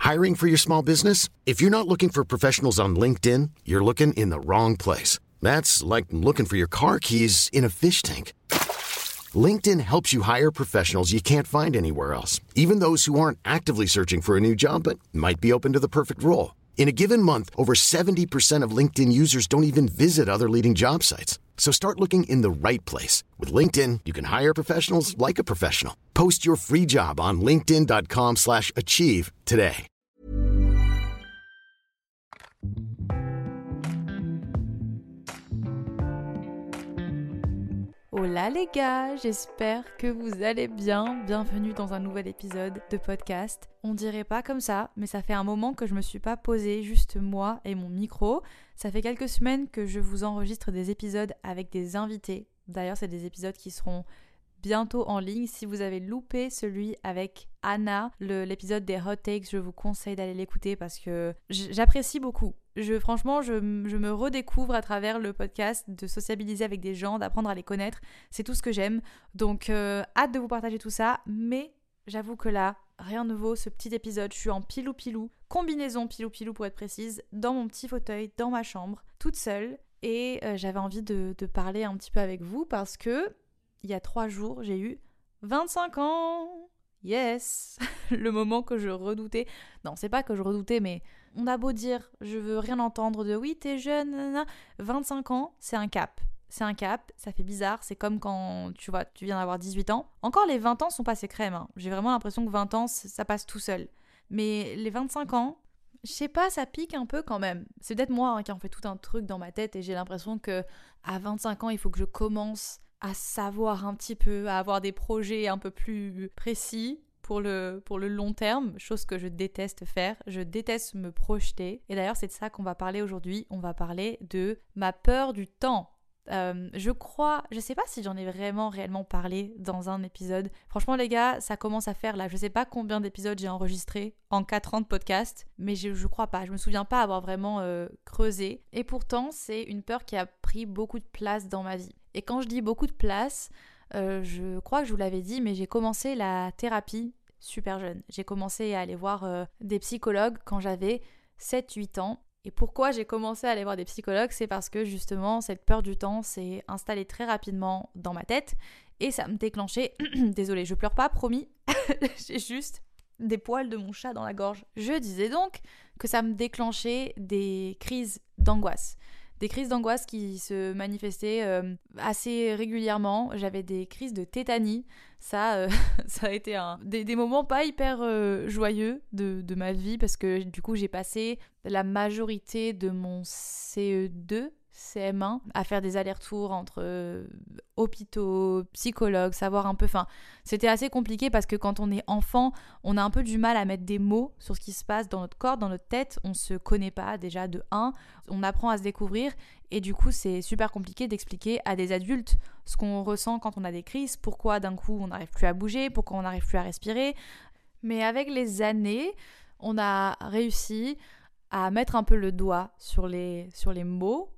Hiring for your small business? If you're not looking for professionals on LinkedIn, you're looking in the wrong place. That's like looking for your car keys in a fish tank. LinkedIn helps you hire professionals you can't find anywhere else, even those who aren't actively searching for a new job but might be open to the perfect role. In a given month, over 70% of LinkedIn users don't even visit other leading job sites. So start looking in the right place. With LinkedIn, you can hire professionals like a professional. Post your free job on linkedin.com/achieve today. Hola les gars, j'espère que vous allez bien. Bienvenue dans un nouvel épisode de podcast. On dirait pas comme ça, mais ça fait un moment que je me suis pas posée, juste moi et mon micro. Ça fait quelques semaines que je vous enregistre des épisodes avec des invités. D'ailleurs, c'est des épisodes qui seront bientôt en ligne. Si vous avez loupé celui avec Anna, l'épisode des hot takes, je vous conseille d'aller l'écouter parce que j'apprécie beaucoup. Franchement, je me redécouvre à travers le podcast, de sociabiliser avec des gens, d'apprendre à les connaître. C'est tout ce que j'aime. Donc, hâte de vous partager tout ça. Mais j'avoue que là, rien ne vaut ce petit épisode. Je suis en pilou-pilou, combinaison pilou-pilou pour être précise, dans mon petit fauteuil, dans ma chambre, toute seule. Et j'avais envie de parler un petit peu avec vous parce que il y a 3 jours, j'ai eu 25 ans. Yes. Le moment que je redoutais. Non, c'est pas que je redoutais, mais on a beau dire, je veux rien entendre de oui, t'es jeune, nanana. 25 ans, c'est un cap. C'est un cap, ça fait bizarre. C'est comme quand, tu vois, tu viens d'avoir 18 ans. Encore, les 20 ans sont passés crème. Hein. J'ai vraiment l'impression que 20 ans, ça passe tout seul. Mais les 25 ans, je sais pas, ça pique un peu quand même. C'est peut-être moi qui en fais tout un truc dans ma tête et j'ai l'impression que à 25 ans, il faut que je commence à savoir un petit peu, à avoir des projets un peu plus précis pour le long terme, chose que je déteste faire. Je déteste me projeter. Et d'ailleurs, c'est de ça qu'on va parler aujourd'hui. On va parler de ma peur du temps. Je sais pas si j'en ai réellement parlé dans un épisode. Franchement les gars, ça commence à faire là, je sais pas combien d'épisodes j'ai enregistré en 4 ans de podcast, mais je crois pas, je me souviens pas avoir vraiment creusé. Et pourtant, c'est une peur qui a pris beaucoup de place dans ma vie. Et quand je dis beaucoup de place, je crois que je vous l'avais dit, mais j'ai commencé la thérapie super jeune. J'ai commencé à aller voir des psychologues quand j'avais 7-8 ans. Et pourquoi j'ai commencé à aller voir des psychologues, c'est parce que justement cette peur du temps s'est installée très rapidement dans ma tête et ça me déclenchait, désolée je pleure pas, promis, j'ai juste des poils de mon chat dans la gorge. Je disais donc que ça me déclenchait des crises d'angoisse. Des crises d'angoisse qui se manifestaient assez régulièrement. J'avais des crises de tétanie. Ça a été des moments pas hyper joyeux de ma vie parce que du coup j'ai passé la majorité de mon CE2, CM1 à faire des allers-retours entre hôpitaux, psychologues, savoir un peu... Enfin, c'était assez compliqué parce que quand on est enfant, on a un peu du mal à mettre des mots sur ce qui se passe dans notre corps, dans notre tête. On se connaît pas déjà de 1. On apprend à se découvrir et du coup, c'est super compliqué d'expliquer à des adultes ce qu'on ressent quand on a des crises, pourquoi d'un coup on n'arrive plus à bouger, pourquoi on n'arrive plus à respirer. Mais avec les années, on a réussi à mettre un peu le doigt sur les mots,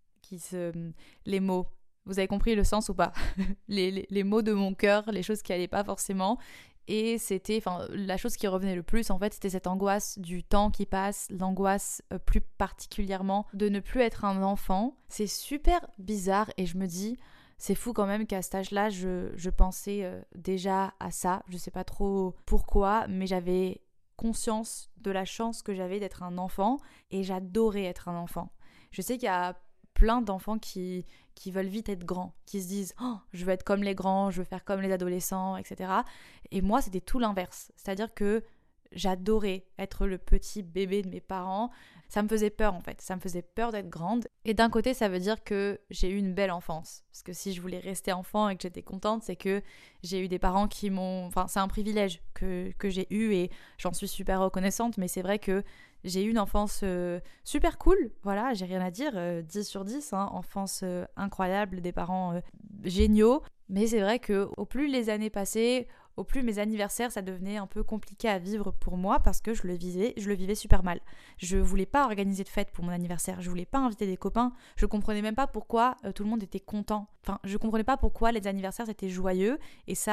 les mots, vous avez compris le sens ou pas les mots de mon cœur, les choses qui allaient pas forcément. Et c'était, la chose qui revenait le plus en fait, c'était cette angoisse du temps qui passe, l'angoisse plus particulièrement de ne plus être un enfant. C'est super bizarre et je me dis, c'est fou quand même qu'à cet âge-là, je pensais déjà à ça. Je sais pas trop pourquoi, mais j'avais conscience de la chance que j'avais d'être un enfant et j'adorais être un enfant. Je sais qu'il y a plein d'enfants qui veulent vite être grands, qui se disent « Oh, je veux être comme les grands, je veux faire comme les adolescents, etc. » Et moi, c'était tout l'inverse. C'est-à-dire que j'adorais être le petit bébé de mes parents. Ça me faisait peur, en fait. Ça me faisait peur d'être grande. Et d'un côté, ça veut dire que j'ai eu une belle enfance. Parce que si je voulais rester enfant et que j'étais contente, c'est que j'ai eu des parents qui m'ont... Enfin, c'est un privilège que j'ai eu et j'en suis super reconnaissante. Mais c'est vrai que j'ai eu une enfance super cool, voilà, j'ai rien à dire, 10 sur 10, hein, enfance incroyable, des parents géniaux. Mais c'est vrai qu'au plus les années passaient, au plus mes anniversaires, ça devenait un peu compliqué à vivre pour moi parce que je le vivais super mal. Je voulais pas organiser de fête pour mon anniversaire, je voulais pas inviter des copains, je comprenais même pas pourquoi tout le monde était content. Enfin, je comprenais pas pourquoi les anniversaires c'était joyeux et ça,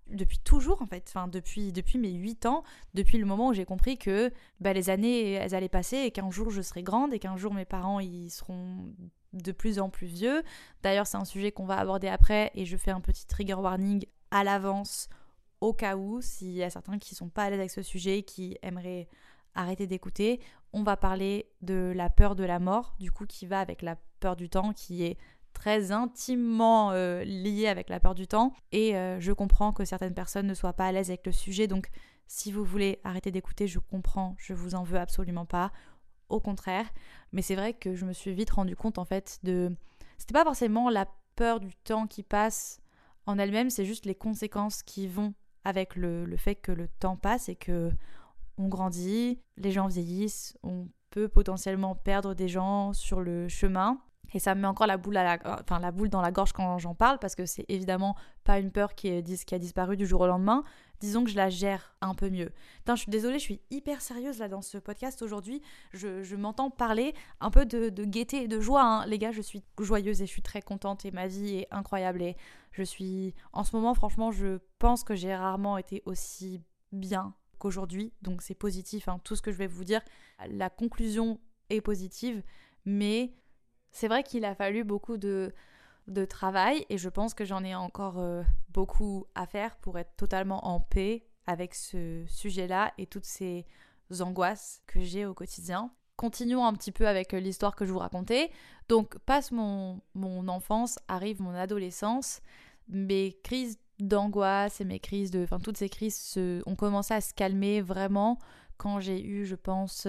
depuis toujours en fait, enfin depuis mes 8 ans, depuis le moment où j'ai compris que les années elles allaient passer et qu'un jour je serai grande et qu'un jour mes parents ils seront de plus en plus vieux. D'ailleurs c'est un sujet qu'on va aborder après et je fais un petit trigger warning à l'avance au cas où, s'il y a certains qui sont pas à l'aise avec ce sujet, qui aimeraient arrêter d'écouter. On va parler de la peur de la mort, du coup qui va avec la peur du temps, qui est très intimement liée avec la peur du temps. Et je comprends que certaines personnes ne soient pas à l'aise avec le sujet, donc si vous voulez arrêter d'écouter, je comprends, je vous en veux absolument pas, au contraire. Mais c'est vrai que je me suis vite rendu compte en fait c'était pas forcément la peur du temps qui passe en elle-même, c'est juste les conséquences qui vont avec le fait que le temps passe et que on grandit, les gens vieillissent, on peut potentiellement perdre des gens sur le chemin. Et ça me met encore la boule dans la gorge quand j'en parle, parce que c'est évidemment pas une peur qui a disparu du jour au lendemain. Disons que je la gère un peu mieux. Putain, je suis désolée, je suis hyper sérieuse là dans ce podcast aujourd'hui. Je m'entends parler un peu de gaieté et de joie, hein. Les gars, je suis joyeuse et je suis très contente et ma vie est incroyable. Et je suis, en ce moment, franchement, je pense que j'ai rarement été aussi bien qu'aujourd'hui. Donc c'est positif, hein, tout ce que je vais vous dire. La conclusion est positive, mais c'est vrai qu'il a fallu beaucoup de travail et je pense que j'en ai encore beaucoup à faire pour être totalement en paix avec ce sujet-là et toutes ces angoisses que j'ai au quotidien. Continuons un petit peu avec l'histoire que je vous racontais. Donc passe mon enfance, arrive mon adolescence, mes crises d'angoisse et mes crises toutes ces crises ont commencé à se calmer vraiment quand j'ai eu, je pense,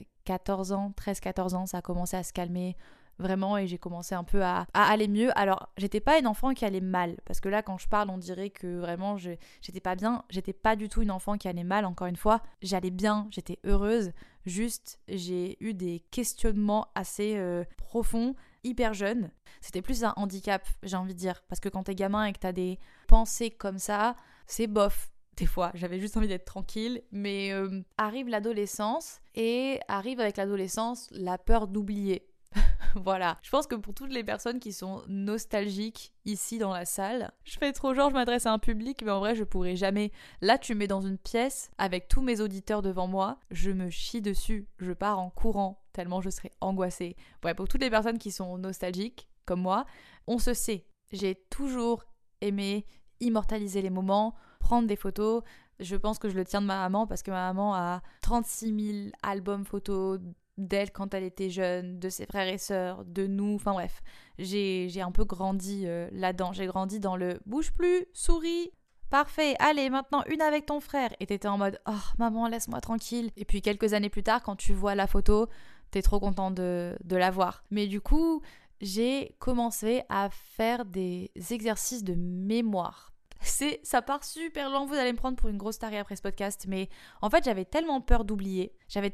13-14 ans, ça a commencé à se calmer vraiment et j'ai commencé un peu à aller mieux. Alors j'étais pas une enfant qui allait mal, parce que là quand je parle on dirait que vraiment j'étais pas bien. J'étais pas du tout une enfant qui allait mal, encore une fois, j'allais bien, j'étais heureuse, juste j'ai eu des questionnements assez profonds, hyper jeune. C'était plus un handicap, j'ai envie de dire, parce que quand t'es gamin et que t'as des pensées comme ça, c'est bof. Des fois, j'avais juste envie d'être tranquille, mais arrive l'adolescence et arrive avec l'adolescence la peur d'oublier. Voilà, je pense que pour toutes les personnes qui sont nostalgiques ici dans la salle, je fais trop genre je m'adresse à un public, mais en vrai je pourrais jamais. Là tu me mets dans une pièce avec tous mes auditeurs devant moi, je me chie dessus, je pars en courant tellement je serais angoissée. Ouais, pour toutes les personnes qui sont nostalgiques comme moi, on se sait. J'ai toujours aimé immortaliser les moments, prendre des photos. Je pense que je le tiens de ma maman parce que ma maman a 36 000 albums photos d'elle quand elle était jeune, de ses frères et sœurs, de nous, enfin bref. J'ai un peu grandi là-dedans. J'ai grandi dans le « bouge plus, souris ». Parfait, allez, maintenant une avec ton frère. Et t'étais en mode « oh, maman, laisse-moi tranquille ». Et puis quelques années plus tard, quand tu vois la photo, t'es trop content de la voir. Mais du coup, j'ai commencé à faire des exercices de mémoire. Ça part super loin, vous allez me prendre pour une grosse tarée après ce podcast, mais en fait j'avais tellement peur d'oublier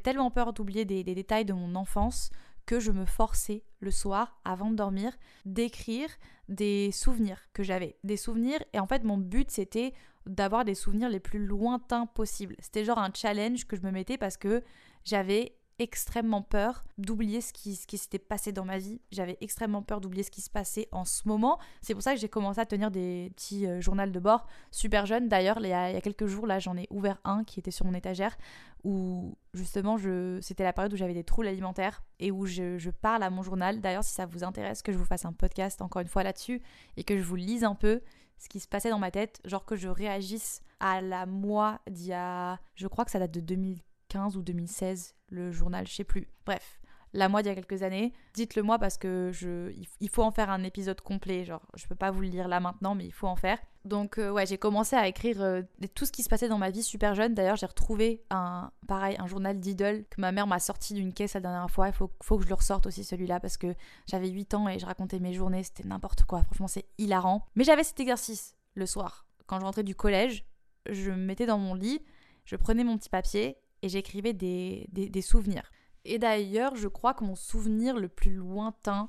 des détails de mon enfance que je me forçais le soir avant de dormir d'écrire des souvenirs que j'avais. Des souvenirs, et en fait mon but c'était d'avoir des souvenirs les plus lointains possibles. C'était genre un challenge que je me mettais parce que j'avais extrêmement peur d'oublier ce qui s'était passé dans ma vie. J'avais extrêmement peur d'oublier ce qui se passait en ce moment. C'est pour ça que j'ai commencé à tenir des petits journaux de bord super jeunes. D'ailleurs, il y a quelques jours, là, j'en ai ouvert un qui était sur mon étagère où justement, c'était la période où j'avais des troubles alimentaires et où je parle à mon journal. D'ailleurs, si ça vous intéresse que je vous fasse un podcast encore une fois là-dessus et que je vous lise un peu ce qui se passait dans ma tête, genre que je réagisse à la moi d'il y a... Je crois que ça date de 2015 ou 2016, le journal, je sais plus. Bref, la moi d'il y a quelques années, dites-le moi parce que il faut en faire un épisode complet, genre je peux pas vous le lire là maintenant, mais il faut en faire. Donc ouais, j'ai commencé à écrire tout ce qui se passait dans ma vie super jeune. D'ailleurs, j'ai retrouvé un journal d'idole que ma mère m'a sorti d'une caisse la dernière fois. Il faut que je le ressorte aussi celui-là parce que j'avais 8 ans et je racontais mes journées, c'était n'importe quoi. Franchement, c'est hilarant. Mais j'avais cet exercice le soir. Quand je rentrais du collège, je me mettais dans mon lit, je prenais mon petit papier et j'écrivais des souvenirs. Et d'ailleurs, je crois que mon souvenir le plus lointain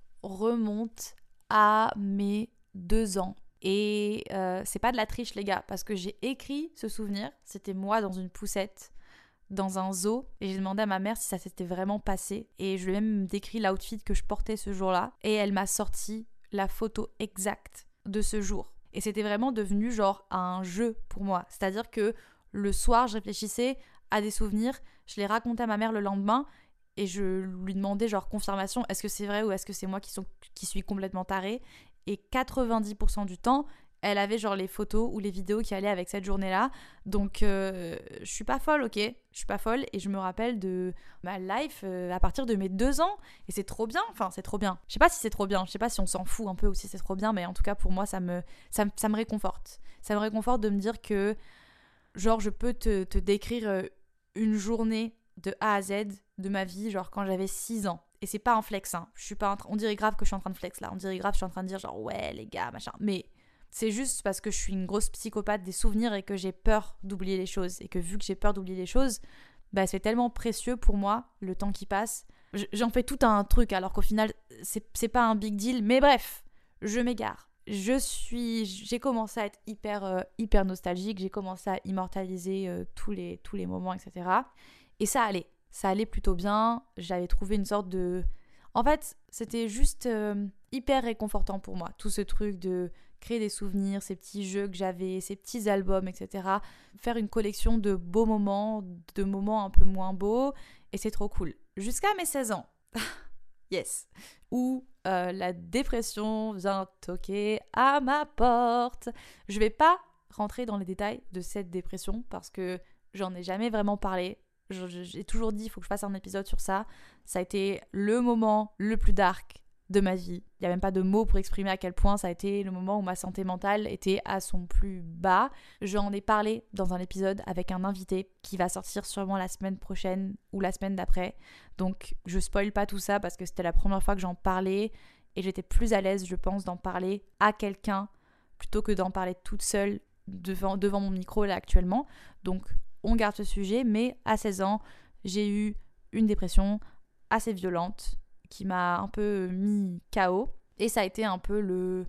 remonte à mes 2 ans. Et c'est pas de la triche, les gars, parce que j'ai écrit ce souvenir. C'était moi dans une poussette, dans un zoo. Et j'ai demandé à ma mère si ça s'était vraiment passé. Et je lui ai même décrit l'outfit que je portais ce jour-là. Et elle m'a sorti la photo exacte de ce jour. Et c'était vraiment devenu genre un jeu pour moi. C'est-à-dire que le soir, je réfléchissais à des souvenirs, je les racontais à ma mère le lendemain et je lui demandais genre confirmation, est-ce que c'est vrai ou est-ce que c'est moi qui suis complètement tarée. Et 90% du temps, elle avait genre les photos ou les vidéos qui allaient avec cette journée-là. Donc je suis pas folle, ok, je suis pas folle et je me rappelle de ma life à partir de mes 2 ans et c'est trop bien, enfin c'est trop bien. Je sais pas si c'est trop bien, je sais pas si on s'en fout un peu ou si c'est trop bien, mais en tout cas pour moi ça me réconforte. Ça me réconforte de me dire que genre je peux te décrire une journée de A à Z de ma vie, genre quand j'avais 6 ans. Et c'est pas un flex, hein. Je suis pas on dirait grave que je suis en train de flex là, on dirait grave que je suis en train de dire genre ouais les gars machin, mais c'est juste parce que je suis une grosse psychopathe des souvenirs et que j'ai peur d'oublier les choses. Et que vu que j'ai peur d'oublier les choses, bah c'est tellement précieux pour moi, le temps qui passe. J'en fais tout un truc alors qu'au final, c'est pas un big deal. Mais bref, je m'égare. J'ai commencé à être hyper nostalgique. J'ai commencé à immortaliser tous les moments, etc. Et ça allait plutôt bien. J'avais trouvé une sorte de... En fait, c'était juste hyper réconfortant pour moi. Tout ce truc de créer des souvenirs, ces petits jeux que j'avais, ces petits albums, etc. Faire une collection de beaux moments, de moments un peu moins beaux. Et c'est trop cool. Jusqu'à mes 16 ans. Yes. Où la dépression vient toquer à ma porte. Je vais pas rentrer dans les détails de cette dépression parce que j'en ai jamais vraiment parlé. J'ai toujours dit il faut que je fasse un épisode sur ça. Ça a été le moment le plus dark de ma vie. Il n'y a même pas de mots pour exprimer à quel point ça a été le moment où ma santé mentale était à son plus bas. J'en ai parlé dans un épisode avec un invité qui va sortir sûrement la semaine prochaine ou la semaine d'après. Donc je spoil pas tout ça parce que c'était la première fois que j'en parlais et j'étais plus à l'aise, je pense, d'en parler à quelqu'un plutôt que d'en parler toute seule devant mon micro là actuellement. Donc on garde ce sujet, mais à 16 ans, j'ai eu une dépression assez violente qui m'a un peu mis KO. Et ça a été un peu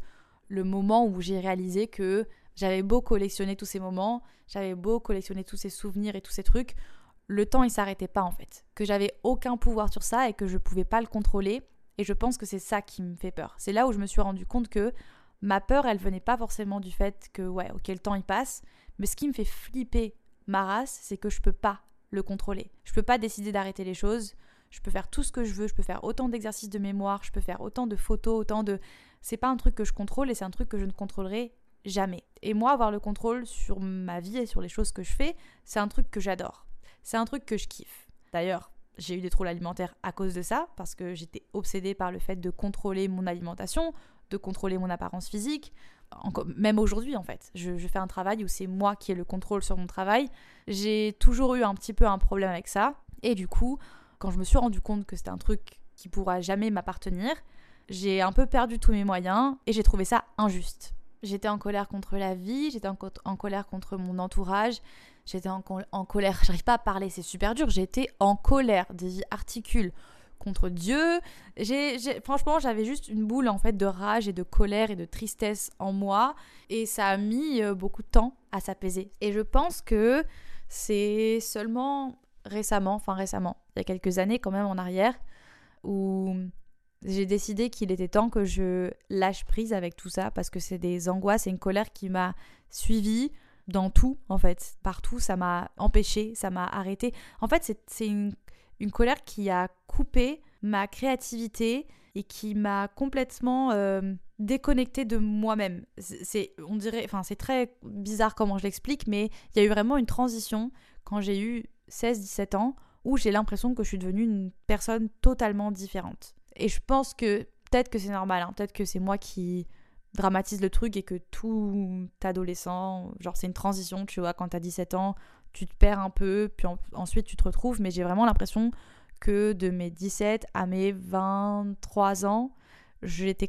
le moment où j'ai réalisé que j'avais beau collectionner tous ces moments, j'avais beau collectionner tous ces souvenirs et tous ces trucs, le temps il s'arrêtait pas en fait. Que j'avais aucun pouvoir sur ça et que je pouvais pas le contrôler. Et je pense que c'est ça qui me fait peur. C'est là où je me suis rendu compte que ma peur, elle venait pas forcément du fait que, ouais, ok, le temps il passe, mais ce qui me fait flipper ma race, c'est que je peux pas le contrôler. Je peux pas décider d'arrêter les choses. Je peux faire tout ce que je veux, je peux faire autant d'exercices de mémoire, je peux faire autant de photos, c'est pas un truc que je contrôle et c'est un truc que je ne contrôlerai jamais. Et moi, avoir le contrôle sur ma vie et sur les choses que je fais, c'est un truc que j'adore. C'est un truc que je kiffe. D'ailleurs, j'ai eu des troubles alimentaires à cause de ça, parce que j'étais obsédée par le fait de contrôler mon alimentation, de contrôler mon apparence physique. Même aujourd'hui, en fait. Je fais un travail où c'est moi qui ai le contrôle sur mon travail. J'ai toujours eu un petit peu un problème avec ça. Et du coup, quand je me suis rendu compte que c'était un truc qui pourra jamais m'appartenir, j'ai un peu perdu tous mes moyens et j'ai trouvé ça injuste. J'étais en colère contre la vie, j'étais en colère contre mon entourage, j'étais en colère, j'arrive pas à parler, c'est super dur, j'étais en colère, des articules contre Dieu. Franchement, j'avais juste une boule en fait de rage et de colère et de tristesse en moi et ça a mis beaucoup de temps à s'apaiser. Et je pense que c'est seulement récemment, il y a quelques années quand même en arrière, où j'ai décidé qu'il était temps que je lâche prise avec tout ça parce que c'est des angoisses et une colère qui m'a suivie dans tout en fait. Partout, ça m'a empêché, ça m'a arrêté. En fait, c'est une colère qui a coupé ma créativité et qui m'a complètement déconnectée de moi-même. C'est très bizarre comment je l'explique, mais il y a eu vraiment une transition quand j'ai eu 16-17 ans où j'ai l'impression que je suis devenue une personne totalement différente. Et je pense que peut-être que c'est normal, hein, peut-être que c'est moi qui dramatise le truc et que tout adolescent, genre c'est une transition, tu vois, quand t'as 17 ans, tu te perds un peu, puis ensuite tu te retrouves, mais j'ai vraiment l'impression que de mes 17 à mes 23 ans, j'étais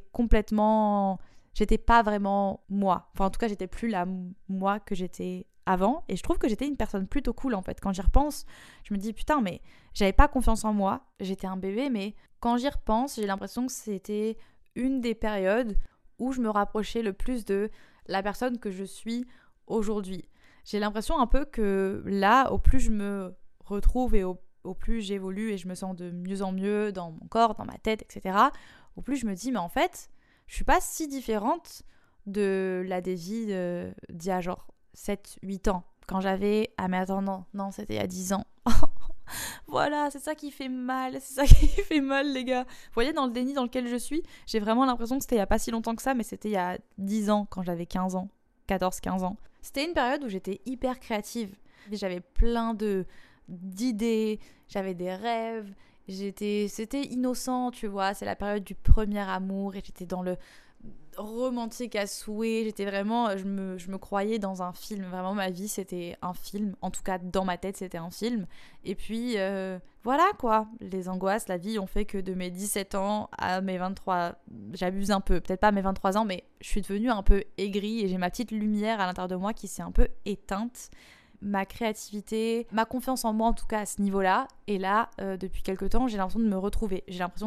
pas vraiment moi. Enfin, en tout cas, j'étais plus la moi que j'étais avant. Et je trouve que j'étais une personne plutôt cool, en fait. Quand j'y repense, je me dis, putain, mais j'avais pas confiance en moi. J'étais un bébé, mais quand j'y repense, j'ai l'impression que c'était une des périodes où je me rapprochais le plus de la personne que je suis aujourd'hui. J'ai l'impression un peu que là, au plus je me retrouve et au plus j'évolue et je me sens de mieux en mieux dans mon corps, dans ma tête, etc., au plus je me dis, mais en fait, je suis pas si différente de la Davy d'il y a genre 7-8 ans. Quand j'avais... Ah mais attends, non, c'était il y a 10 ans. Voilà, c'est ça qui fait mal, les gars. Vous voyez, dans le déni dans lequel je suis, j'ai vraiment l'impression que c'était il y a pas si longtemps que ça, mais c'était il y a 10 ans, quand j'avais 15 ans, 14-15 ans. C'était une période où j'étais hyper créative. J'avais plein d'idées, j'avais des rêves, c'était innocent, tu vois, c'est la période du premier amour et j'étais dans le romantique à souhait, j'étais vraiment, je me croyais dans un film, vraiment ma vie c'était un film, en tout cas dans ma tête c'était un film, et puis voilà quoi, les angoisses, la vie ont fait que de mes 17 ans à mes 23, j'abuse un peu, peut-être pas à mes 23 ans, mais je suis devenue un peu aigrie et j'ai ma petite lumière à l'intérieur de moi qui s'est un peu éteinte, ma créativité, ma confiance en moi en tout cas à ce niveau-là, et là depuis quelques temps j'ai l'impression de me retrouver,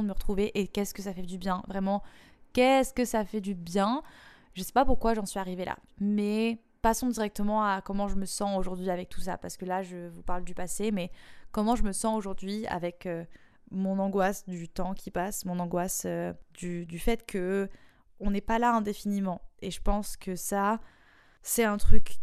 et qu'est-ce que ça fait du bien, vraiment. Qu'est-ce que ça fait du bien. Je sais pas pourquoi j'en suis arrivée là. Mais passons directement à comment je me sens aujourd'hui avec tout ça. Parce que là, je vous parle du passé, mais comment je me sens aujourd'hui avec mon angoisse du temps qui passe, mon angoisse du fait que on n'est pas là indéfiniment. Et je pense que ça, c'est un truc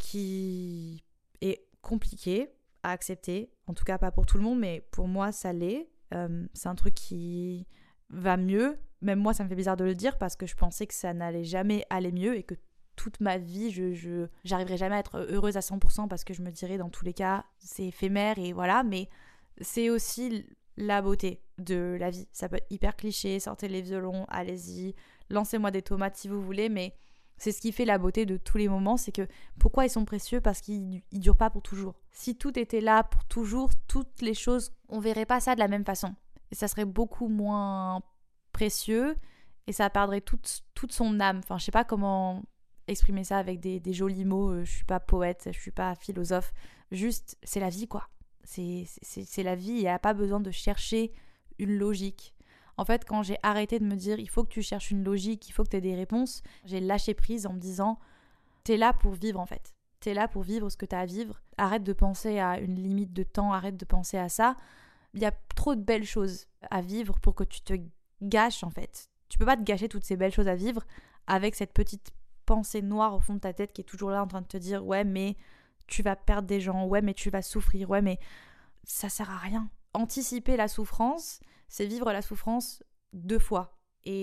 qui est compliqué à accepter. En tout cas, pas pour tout le monde, mais pour moi, ça l'est. C'est un truc qui va mieux. Même moi, ça me fait bizarre de le dire parce que je pensais que ça n'allait jamais aller mieux et que toute ma vie, j'arriverais jamais à être heureuse à 100% parce que je me dirais dans tous les cas, c'est éphémère et voilà. Mais c'est aussi la beauté de la vie. Ça peut être hyper cliché, sortez les violons, allez-y, lancez-moi des tomates si vous voulez, mais c'est ce qui fait la beauté de tous les moments, c'est que pourquoi ils sont précieux? Parce qu'ils durent pas pour toujours. Si tout était là pour toujours, toutes les choses, on verrait pas ça de la même façon. Et ça serait beaucoup moins précieux et ça perdrait toute son âme. Enfin, je sais pas comment exprimer ça avec des jolis mots. Je suis pas poète, je suis pas philosophe. Juste, c'est la vie, quoi. C'est la vie et il n'y a pas besoin de chercher une logique. En fait, quand j'ai arrêté de me dire il faut que tu cherches une logique, il faut que tu aies des réponses, j'ai lâché prise en me disant t'es là pour vivre en fait. T'es là pour vivre ce que t'as à vivre. Arrête de penser à une limite de temps, arrête de penser à ça. Il y a trop de belles choses à vivre pour que tu te gâches en fait. Tu peux pas te gâcher toutes ces belles choses à vivre avec cette petite pensée noire au fond de ta tête qui est toujours là en train de te dire ouais mais tu vas perdre des gens, ouais mais tu vas souffrir, ouais mais ça sert à rien. Anticiper la souffrance, c'est vivre la souffrance 2 fois.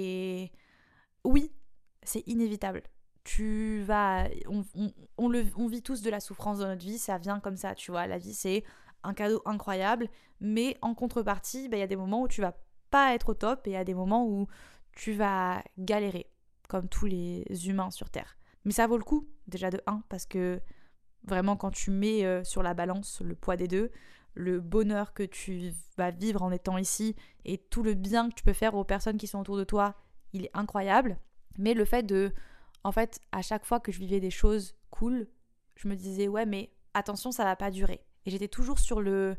Et oui, c'est inévitable. On vit tous de la souffrance dans notre vie, ça vient comme ça, tu vois. La vie c'est un cadeau incroyable, mais en contrepartie, il y a des moments où tu vas pas être au top et il y a des moments où tu vas galérer, comme tous les humains sur Terre. Mais ça vaut le coup, déjà de 1, parce que vraiment quand tu mets sur la balance le poids des deux, le bonheur que tu vas vivre en étant ici et tout le bien que tu peux faire aux personnes qui sont autour de toi, il est incroyable. Mais le fait en fait, à chaque fois que je vivais des choses cool, je me disais ouais mais attention, ça va pas durer. Et j'étais toujours sur le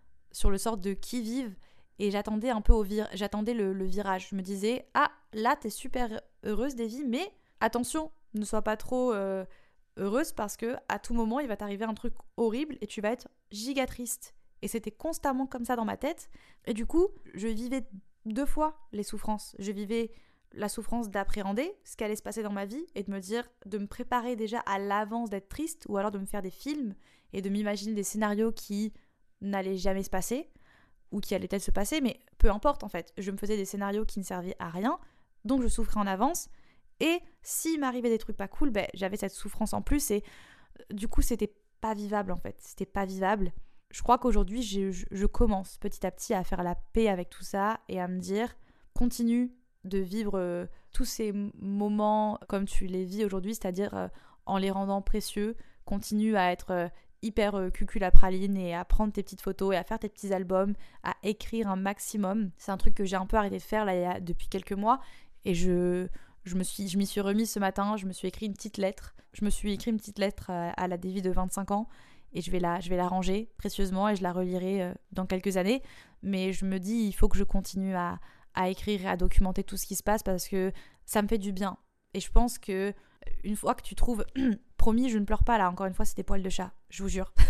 sort de qui-vive et j'attendais un peu j'attendais le virage. Je me disais ah là t'es super heureuse Davy, mais attention, ne sois pas trop heureuse parce que à tout moment il va t'arriver un truc horrible et tu vas être giga triste. Et c'était constamment comme ça dans ma tête. Et du coup, je vivais 2 fois les souffrances. Je vivais la souffrance d'appréhender ce qui allait se passer dans ma vie et de me dire, de me préparer déjà à l'avance d'être triste ou alors de me faire des films et de m'imaginer des scénarios qui n'allaient jamais se passer ou qui allaient peut-être se passer, mais peu importe en fait. Je me faisais des scénarios qui ne servaient à rien, donc je souffrais en avance. Et s'il m'arrivait des trucs pas cool, j'avais cette souffrance en plus et du coup, c'était pas vivable en fait. C'était pas vivable. Je crois qu'aujourd'hui, je commence petit à petit à faire la paix avec tout ça et à me dire, continue de vivre tous ces moments comme tu les vis aujourd'hui, c'est-à-dire en les rendant précieux, continue à être hyper cucul à praline et à prendre tes petites photos et à faire tes petits albums, à écrire un maximum. C'est un truc que j'ai un peu arrêté de faire là, depuis quelques mois et je m'y suis remise ce matin, je me suis écrit une petite lettre. Je me suis écrit une petite lettre à la Davy de 25 ans et je vais la ranger précieusement et je la relirai dans quelques années. Mais je me dis, il faut que je continue à écrire et à documenter tout ce qui se passe parce que ça me fait du bien. Et je pense que une fois que tu trouves... Promis, je ne pleure pas là, encore une fois, c'est des poils de chat, je vous jure.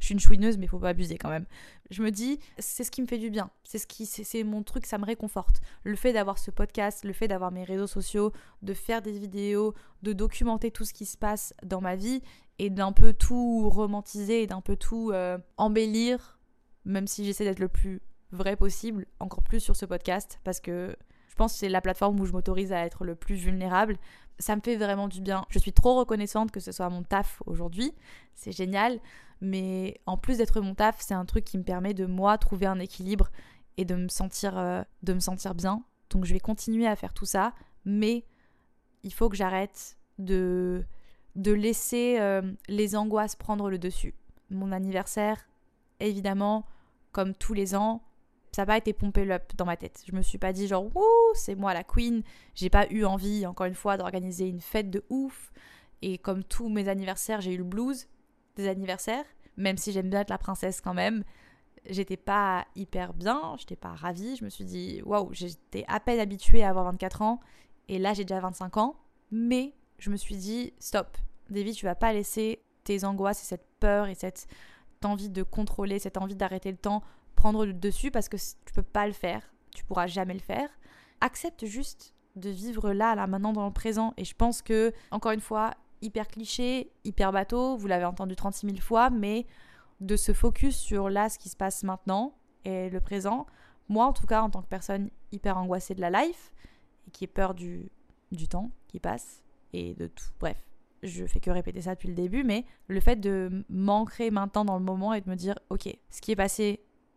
Je suis une chouineuse, mais faut pas abuser quand même. Je me dis, c'est ce qui me fait du bien. C'est mon truc, ça me réconforte. Le fait d'avoir ce podcast, le fait d'avoir mes réseaux sociaux, de faire des vidéos, de documenter tout ce qui se passe dans ma vie et d'un peu tout romantiser et d'un peu tout embellir, même si j'essaie d'être le plus vrai possible, encore plus sur ce podcast, parce que je pense que c'est la plateforme où je m'autorise à être le plus vulnérable. Ça me fait vraiment du bien. Je suis trop reconnaissante que ce soit mon taf aujourd'hui. C'est génial. Mais en plus d'être mon taf, c'est un truc qui me permet de, moi, trouver un équilibre et de me sentir bien. Donc je vais continuer à faire tout ça. Mais il faut que j'arrête de laisser les angoisses prendre le dessus. Mon anniversaire, évidemment, comme tous les ans, ça n'a pas été pompé up dans ma tête. Je me suis pas dit genre « Ouh, c'est moi la queen ». J'ai pas eu envie, encore une fois, d'organiser une fête de ouf. Et comme tous mes anniversaires, j'ai eu le blues des anniversaires. Même si j'aime bien être la princesse quand même. J'étais pas hyper bien, j'étais pas ravie. Je me suis dit « Waouh, j'étais à peine habituée à avoir 24 ans. Et là, j'ai déjà 25 ans. » Mais je me suis dit « Stop, Davy, tu vas pas laisser tes angoisses et cette peur et cette envie de contrôler, cette envie d'arrêter le temps prendre le dessus parce que tu peux pas le faire, tu pourras jamais le faire. Accepte juste de vivre là maintenant, dans le présent. Et je pense que, encore une fois, hyper cliché, hyper bateau, vous l'avez entendu 36 000 fois, mais de se focus sur là, ce qui se passe maintenant et le présent. Moi, en tout cas, en tant que personne hyper angoissée de la life et qui ait peur du temps qui passe et de tout, bref. Je fais que répéter ça depuis le début, mais le fait de m'ancrer maintenant dans le moment et de me dire « Ok, ce qui est passé,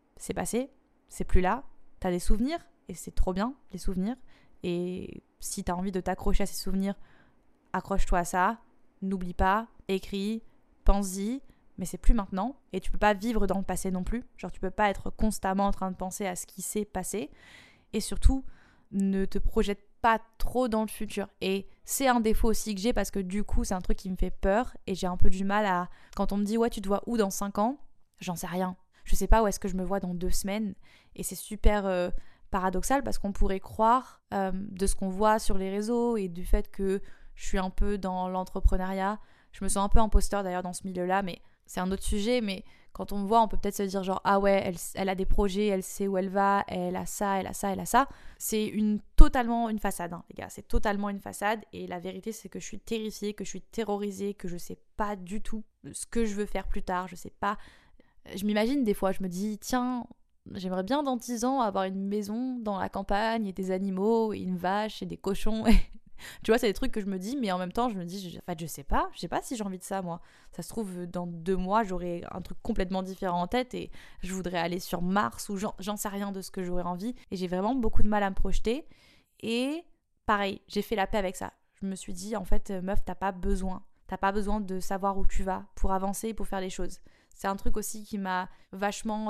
c'est plus là, t'as des souvenirs, et c'est trop bien, les souvenirs, et si t'as envie de t'accrocher à ces souvenirs, accroche-toi à ça, n'oublie pas, écris, pense-y, mais c'est plus maintenant, et tu peux pas vivre dans le passé non plus, genre tu peux pas être constamment en train de penser à ce qui s'est passé, et surtout, ne te projette pas trop dans le futur. Et c'est un défaut aussi que j'ai parce que du coup, c'est un truc qui me fait peur et j'ai un peu du mal à... Quand on me dit « Ouais, tu te vois où dans 5 ans ?» J'en sais rien. Je sais pas où est-ce que je me vois dans 2 semaines. Et c'est super paradoxal parce qu'on pourrait croire de ce qu'on voit sur les réseaux et du fait que je suis un peu dans l'entrepreneuriat. Je me sens un peu imposteur d'ailleurs dans ce milieu-là, mais c'est un autre sujet. Mais quand on me voit, on peut peut-être se dire genre « Ah ouais, elle a des projets, elle sait où elle va, elle a ça, elle a ça, elle a ça. » C'est totalement une façade, hein, les gars. C'est totalement une façade. Et la vérité, c'est que je suis terrifiée, que je suis terrorisée, que je sais pas du tout ce que je veux faire plus tard. Je sais pas. Je m'imagine des fois, je me dis « Tiens, j'aimerais bien dans 10 ans avoir une maison dans la campagne et des animaux et une vache et des cochons. » Tu vois, c'est des trucs que je me dis, mais en même temps, je me dis, en fait, je sais pas si j'ai envie de ça, moi. Ça se trouve, dans 2 mois, j'aurai un truc complètement différent en tête et je voudrais aller sur Mars ou j'en sais rien de ce que j'aurais envie. Et j'ai vraiment beaucoup de mal à me projeter. Et pareil, j'ai fait la paix avec ça. Je me suis dit, en fait, meuf, t'as pas besoin de savoir où tu vas pour avancer et pour faire les choses. C'est un truc aussi qui m'a vachement,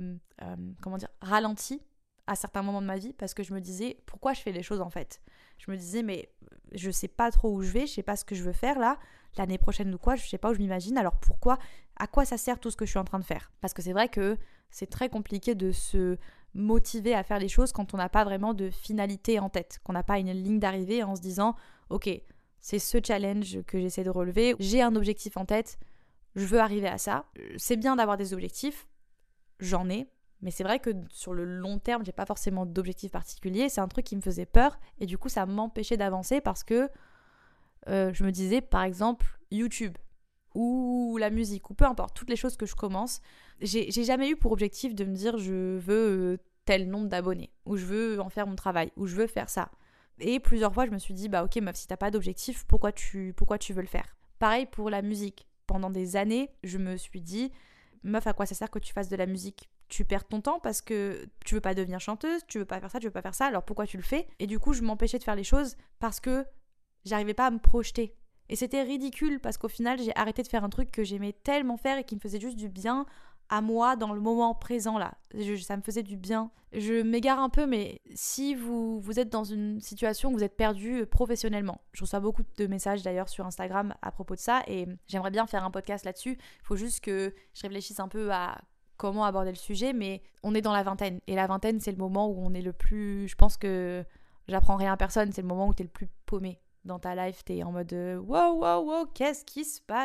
ralenti à certains moments de ma vie parce que je me disais, pourquoi je fais les choses en fait ? Je me disais, mais je sais pas trop où je vais, je sais pas ce que je veux faire là, l'année prochaine ou quoi, je sais pas où je m'imagine, alors pourquoi, à quoi ça sert tout ce que je suis en train de faire ? Parce que c'est vrai que c'est très compliqué de se motiver à faire les choses quand on n'a pas vraiment de finalité en tête, qu'on n'a pas une ligne d'arrivée en se disant, ok, c'est ce challenge que j'essaie de relever, j'ai un objectif en tête, je veux arriver à ça. C'est bien d'avoir des objectifs, j'en ai, mais c'est vrai que sur le long terme, j'ai pas forcément d'objectif particulier. C'est un truc qui me faisait peur et du coup, ça m'empêchait d'avancer parce que je me disais, par exemple, YouTube ou la musique ou peu importe, toutes les choses que je commence, j'ai jamais eu pour objectif de me dire je veux tel nombre d'abonnés ou je veux en faire mon travail ou je veux faire ça. Et plusieurs fois, je me suis dit, bah ok meuf, si t'as pas d'objectif, pourquoi tu veux le faire ? Pareil pour la musique. Pendant des années, je me suis dit, meuf, à quoi ça sert que tu fasses de la musique ? Tu perds ton temps parce que tu veux pas devenir chanteuse, tu veux pas faire ça, alors pourquoi tu le fais ? Et du coup, je m'empêchais de faire les choses parce que j'arrivais pas à me projeter. Et c'était ridicule parce qu'au final, j'ai arrêté de faire un truc que j'aimais tellement faire et qui me faisait juste du bien à moi dans le moment présent là. Ça me faisait du bien. Je m'égare un peu, mais si vous êtes dans une situation où vous êtes perdu professionnellement, je reçois beaucoup de messages d'ailleurs sur Instagram à propos de ça et j'aimerais bien faire un podcast là-dessus. Il faut juste que je réfléchisse un peu à comment aborder le sujet, mais on est dans la vingtaine. Et la vingtaine, c'est le moment où on est le plus... Je pense que j'apprends rien à personne, c'est le moment où t'es le plus paumé dans ta life. T'es en mode wow, qu'est-ce qui se passe ?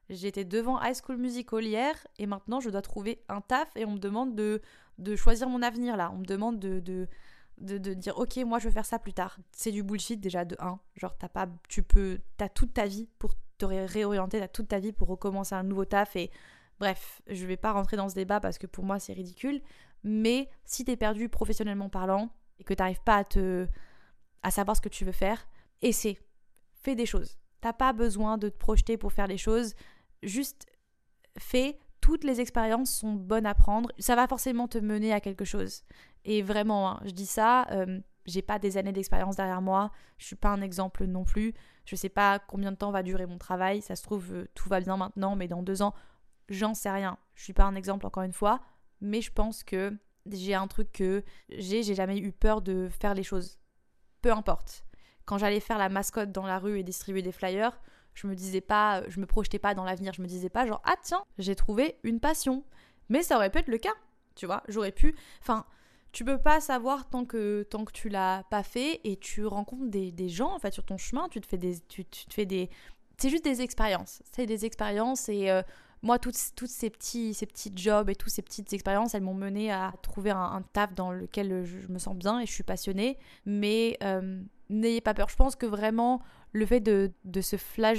J'étais devant High School Musical hier et maintenant je dois trouver un taf et on me demande de choisir mon avenir là. On me demande de dire ok, moi je veux faire ça plus tard. C'est du bullshit déjà de 1. Genre t'as toute ta vie pour te réorienter, t'as toute ta vie pour recommencer un nouveau taf et bref, je vais pas rentrer dans ce débat parce que pour moi c'est ridicule. Mais si t'es perdu professionnellement parlant et que t'arrives pas à savoir ce que tu veux faire, fais des choses. T'as pas besoin de te projeter pour faire les choses, juste fais. Toutes les expériences sont bonnes à prendre, ça va forcément te mener à quelque chose. Et vraiment, hein, je dis ça, j'ai pas des années d'expérience derrière moi, je suis pas un exemple non plus, je sais pas combien de temps va durer mon travail, ça se trouve tout va bien maintenant, mais dans 2 ans, j'en sais rien. Je suis pas un exemple encore une fois, mais je pense que j'ai un truc que j'ai jamais eu peur de faire les choses. Peu importe. Quand j'allais faire la mascotte dans la rue et distribuer des flyers, je me projetais pas dans l'avenir, je me disais pas genre ah tiens, j'ai trouvé une passion. Mais ça aurait pu être le cas, tu vois, tu peux pas savoir tant que tu l'as pas fait et tu rencontres des gens en fait sur ton chemin, tu te fais des c'est juste des expériences. C'est des expériences et moi toutes ces petits jobs et toutes ces petites expériences, elles m'ont mené à trouver un taf dans lequel je me sens bien et je suis passionnée, mais n'ayez pas peur. Je pense que vraiment le fait de se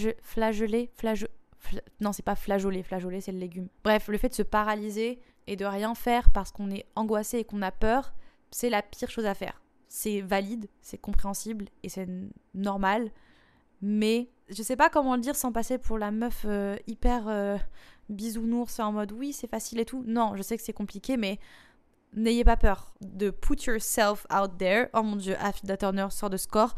non, c'est pas flageoler c'est le légume. Bref, le fait de se paralyser et de rien faire parce qu'on est angoissé et qu'on a peur, c'est la pire chose à faire. C'est valide, c'est compréhensible et c'est normal, mais je sais pas comment le dire sans passer pour la meuf hyper bisounours en mode oui, c'est facile et tout. Non, je sais que c'est compliqué, mais n'ayez pas peur de put yourself out there. Oh mon dieu, Afida Turner sort de score.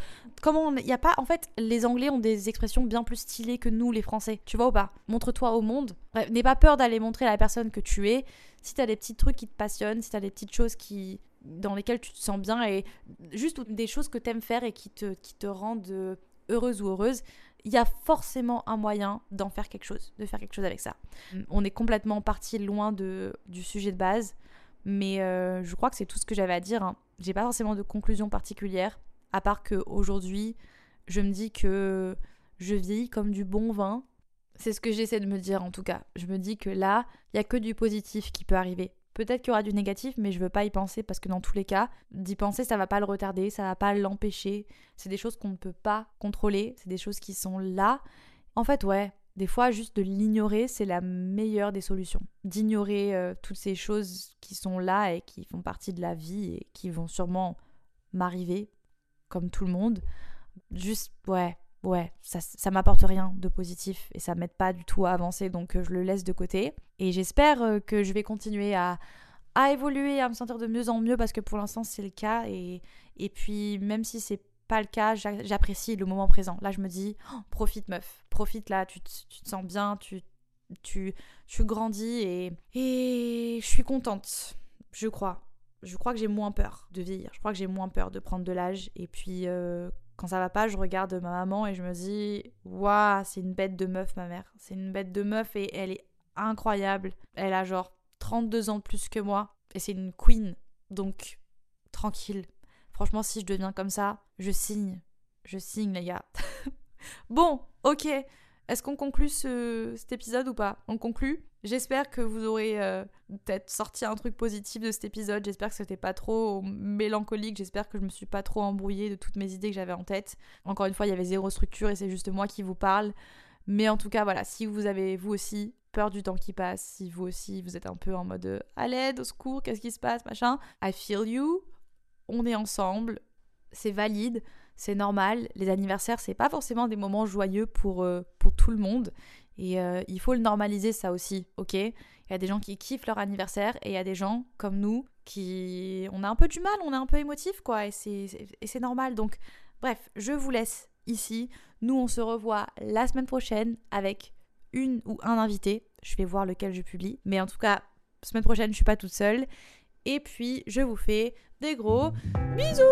En fait, les Anglais ont des expressions bien plus stylées que nous, les Français. Tu vois ou pas? Montre-toi au monde. Bref, n'aie pas peur d'aller montrer à la personne que tu es. Si t'as des petits trucs qui te passionnent, si t'as des petites choses dans lesquelles tu te sens bien et juste des choses que t'aimes faire et qui te rendent heureuse ou heureuse, il y a forcément un moyen d'en faire quelque chose, de faire quelque chose avec ça. On est complètement parti loin du sujet de base. Mais je crois que c'est tout ce que j'avais à dire, hein. J'ai pas forcément de conclusion particulière, à part qu'aujourd'hui, je me dis que je vieillis comme du bon vin. C'est ce que j'essaie de me dire en tout cas. Je me dis que là, il n'y a que du positif qui peut arriver. Peut-être qu'il y aura du négatif, mais je veux pas y penser parce que dans tous les cas, d'y penser, ça va pas le retarder, ça va pas l'empêcher. C'est des choses qu'on ne peut pas contrôler, c'est des choses qui sont là. En fait, ouais. Des fois, juste de l'ignorer, c'est la meilleure des solutions. D'ignorer toutes ces choses qui sont là et qui font partie de la vie et qui vont sûrement m'arriver, comme tout le monde. Juste, ouais, ça m'apporte rien de positif et ça m'aide pas du tout à avancer, donc je le laisse de côté. Et j'espère que je vais continuer à évoluer, à me sentir de mieux en mieux parce que pour l'instant, c'est le cas. Et puis, même si c'est pas le cas, j'apprécie le moment présent. Là, je me dis, profite meuf, profite là, tu te sens bien, tu grandis et je suis contente, je crois. Je crois que j'ai moins peur de vieillir, je crois que j'ai moins peur de prendre de l'âge. Et puis, quand ça va pas, je regarde ma maman et je me dis, waouh, c'est une bête de meuf ma mère. C'est une bête de meuf et elle est incroyable. Elle a genre 32 ans de plus que moi et c'est une queen, donc tranquille. Franchement, si je deviens comme ça, je signe les gars. Bon, ok. Est-ce qu'on conclut cet épisode ou pas? On conclut. J'espère que vous aurez peut-être sorti un truc positif de cet épisode. J'espère que c'était pas trop mélancolique. J'espère que je me suis pas trop embrouillée de toutes mes idées que j'avais en tête. Encore une fois, il y avait zéro structure et c'est juste moi qui vous parle. Mais en tout cas, voilà, si vous avez, vous aussi, peur du temps qui passe, si vous aussi, vous êtes un peu en mode à l'aide, au secours, qu'est-ce qui se passe, machin, I feel you. On est ensemble, c'est valide, c'est normal. Les anniversaires, c'est pas forcément des moments joyeux pour tout le monde. Et il faut le normaliser ça aussi, ok? Il y a des gens qui kiffent leur anniversaire et il y a des gens comme nous qui... On a un peu du mal, on est un peu émotif, quoi. Et c'est normal. Donc, bref, je vous laisse ici. Nous, on se revoit la semaine prochaine avec une ou un invité. Je vais voir lequel je publie. Mais en tout cas, semaine prochaine, je suis pas toute seule. Et puis, je vous fais des gros bisous!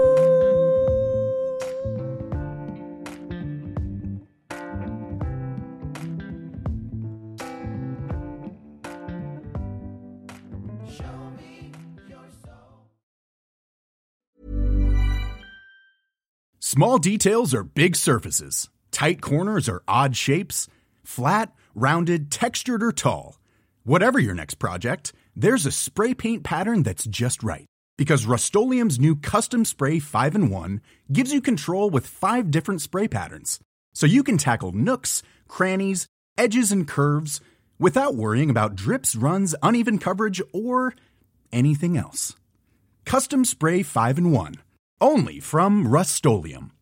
Small details are big surfaces. Tight corners are odd shapes. Flat, rounded, textured, or tall. Whatever your next project, there's a spray paint pattern that's just right. Because Rust-Oleum's new Custom Spray 5-in-1 gives you control with 5 different spray patterns. So you can tackle nooks, crannies, edges, and curves without worrying about drips, runs, uneven coverage, or anything else. Custom Spray 5-in-1. Only from Rust-Oleum.